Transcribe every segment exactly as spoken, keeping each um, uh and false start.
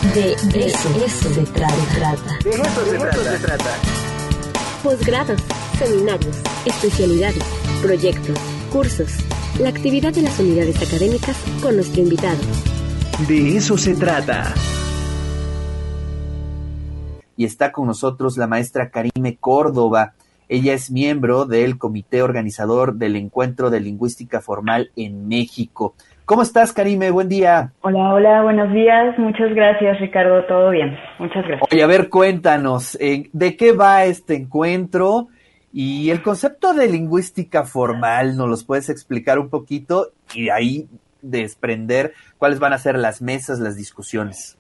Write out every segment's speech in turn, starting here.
De eso, eso se trata. De eso se trata. se trata. Posgrados, seminarios, especialidades, proyectos, cursos, la actividad de las unidades académicas con nuestro invitado. De eso se trata. Y está con nosotros la maestra Karime Córdoba. Ella es miembro del comité organizador del Encuentro de Lingüística Formal en México. ¿Cómo estás, Karime? Buen día. Hola, hola, buenos días. Muchas gracias, Ricardo. Todo bien. Muchas gracias. Oye, a ver, cuéntanos, eh, ¿de qué va este encuentro? Y el concepto de lingüística formal, ¿nos los puedes explicar un poquito? Y de ahí desprender cuáles van a ser las mesas, las discusiones.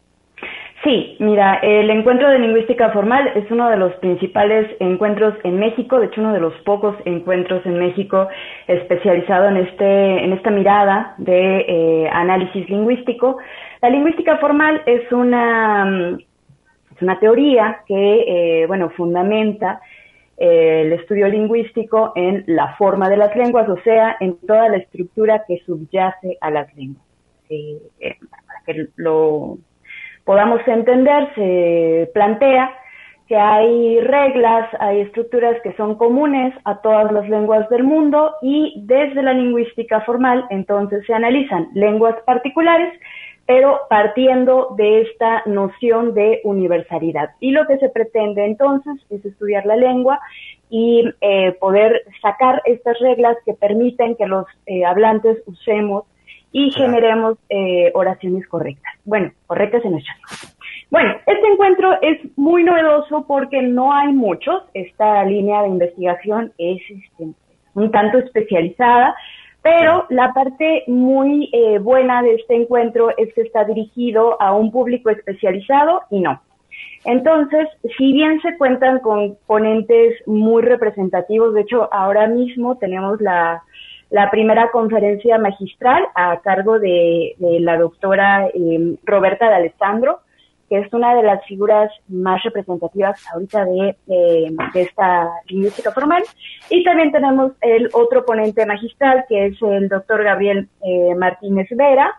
Sí, mira, el Encuentro de Lingüística Formal es uno de los principales encuentros en México, de hecho uno de los pocos encuentros en México especializado en este en esta mirada de eh, análisis lingüístico. La lingüística formal es una es una teoría que eh, bueno fundamenta eh, el estudio lingüístico en la forma de las lenguas, o sea, en toda la estructura que subyace a las lenguas. Sí, eh, para que lo podamos entender, se plantea que hay reglas, hay estructuras que son comunes a todas las lenguas del mundo y desde la lingüística formal entonces se analizan lenguas particulares, pero partiendo de esta noción de universalidad. Y lo que se pretende entonces es estudiar la lengua y eh, poder sacar estas reglas que permiten que los eh, hablantes usemos y generemos eh, oraciones correctas. Bueno, correctas en nuestra lengua. Bueno, este encuentro es muy novedoso porque no hay muchos. Esta línea de investigación es este, un tanto especializada, pero la parte muy eh, buena de este encuentro es que está dirigido a un público especializado y no. Entonces, si bien se cuentan con ponentes muy representativos, de hecho, ahora mismo tenemos la... la primera conferencia magistral a cargo de, de la doctora eh, Roberta D'Alessandro, que es una de las figuras más representativas ahorita de, de, de esta lingüística formal. Y también tenemos el otro ponente magistral, que es el doctor Gabriel eh, Martínez Vera.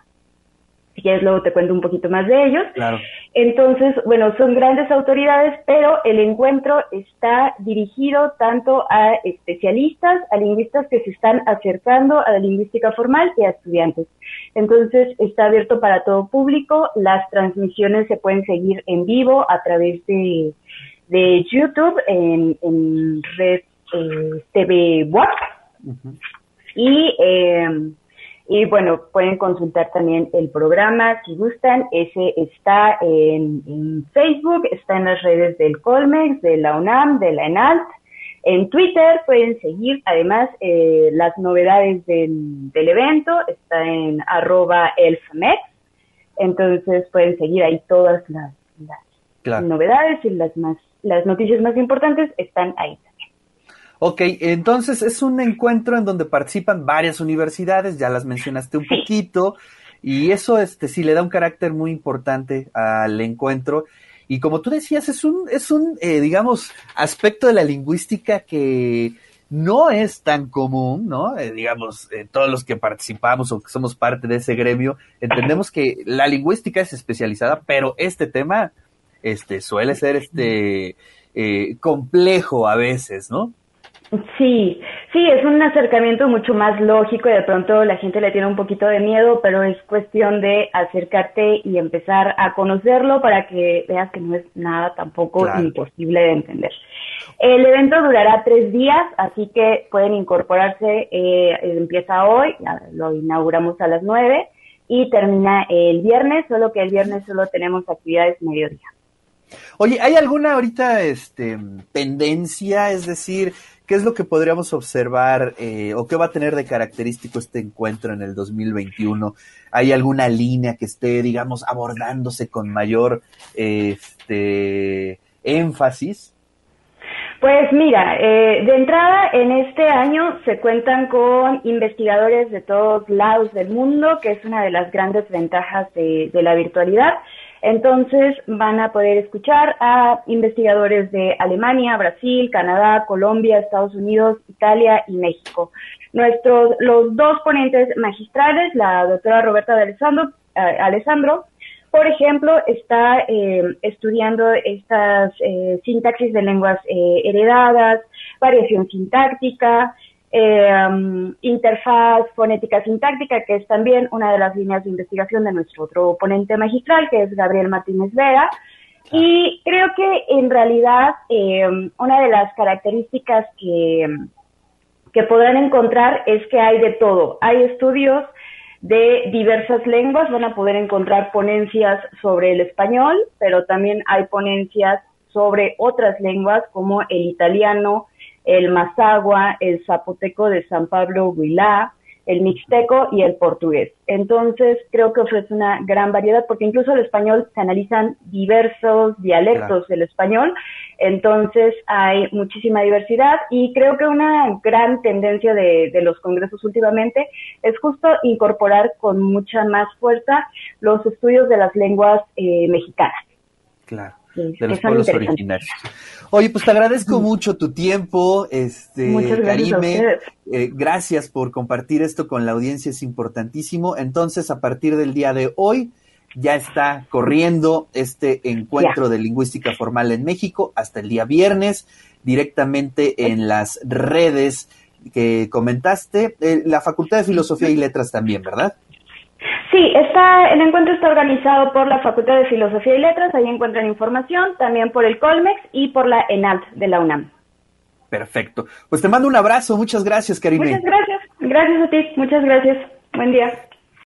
Si quieres, luego te cuento un poquito más de ellos. Claro. Entonces, bueno, son grandes autoridades, pero el encuentro está dirigido tanto a especialistas, a lingüistas que se están acercando a la lingüística formal y a estudiantes. Entonces, está abierto para todo público. Las transmisiones se pueden seguir en vivo a través de, de YouTube, en, en Red eh, T V Web. Uh-huh. Y... Eh, Y bueno, pueden consultar también el programa si gustan. Ese está en, en Facebook, está en las redes del Colmex, de la UNAM, de la ENALT. En Twitter pueden seguir además eh, las novedades del, del evento, está en arroba elfmex. Entonces pueden seguir ahí todas las, las claro. novedades y las más las noticias más importantes están ahí. Ok, entonces es un encuentro en donde participan varias universidades, ya las mencionaste un poquito, y eso este sí le da un carácter muy importante al encuentro. Y como tú decías, es un, es un eh, digamos, aspecto de la lingüística que no es tan común, ¿no? Eh, digamos, eh, todos los que participamos o que somos parte de ese gremio, entendemos que la lingüística es especializada, pero este tema este suele ser este eh, complejo a veces, ¿no? Sí, sí, es un acercamiento mucho más lógico y de pronto la gente le tiene un poquito de miedo, pero es cuestión de acercarte y empezar a conocerlo para que veas que no es nada tampoco claro. imposible de entender. El evento durará tres días, así que pueden incorporarse, eh, empieza hoy, lo inauguramos a las nueve y termina el viernes, solo que el viernes solo tenemos actividades mediodía. Oye, ¿hay alguna ahorita este tendencia? Es decir, ¿qué es lo que podríamos observar eh, o qué va a tener de característico este encuentro en el dos mil veintiuno? ¿Hay alguna línea que esté, digamos, abordándose con mayor este énfasis? Pues mira, eh, de entrada en este año se cuentan con investigadores de todos lados del mundo, que es una de las grandes ventajas de, de la virtualidad. Entonces van a poder escuchar a investigadores de Alemania, Brasil, Canadá, Colombia, Estados Unidos, Italia y México. Nuestros, los dos ponentes magistrales, la doctora Roberta D'Alessandro, eh, Alessandro, por ejemplo, está eh, estudiando estas eh, sintaxis de lenguas eh, heredadas, variación sintáctica, eh, um, interfaz fonética sintáctica, que es también una de las líneas de investigación de nuestro otro ponente magistral, que es Gabriel Martínez Vera. Y creo que en realidad eh, una de las características que, que podrán encontrar es que hay de todo. Hay estudios de diversas lenguas, van a poder encontrar ponencias sobre el español, pero también hay ponencias sobre otras lenguas como el italiano, el mazahua, el zapoteco de San Pablo Huilá, el mixteco y el portugués. Entonces, creo que ofrece una gran variedad, porque incluso el español se analizan diversos dialectos claro. del español, entonces hay muchísima diversidad, y creo que una gran tendencia de, de los congresos últimamente es justo incorporar con mucha más fuerza los estudios de las lenguas eh, mexicanas. Claro. De los pueblos originarios. Oye, pues te agradezco mucho tu tiempo, este, Muchas gracias Karime, a ustedes. Eh, gracias por compartir esto con la audiencia, es importantísimo. Entonces, a partir del día de hoy, ya está corriendo este encuentro ya. de lingüística formal en México hasta el día viernes, directamente en las redes que comentaste, eh, la Facultad de Filosofía y Letras también, ¿verdad? Sí, está, el encuentro está organizado por la Facultad de Filosofía y Letras, ahí encuentran información, también por el Colmex y por la ENALT de la UNAM. Perfecto. Pues te mando un abrazo, muchas gracias, Karime. Muchas gracias, gracias a ti, muchas gracias. Buen día.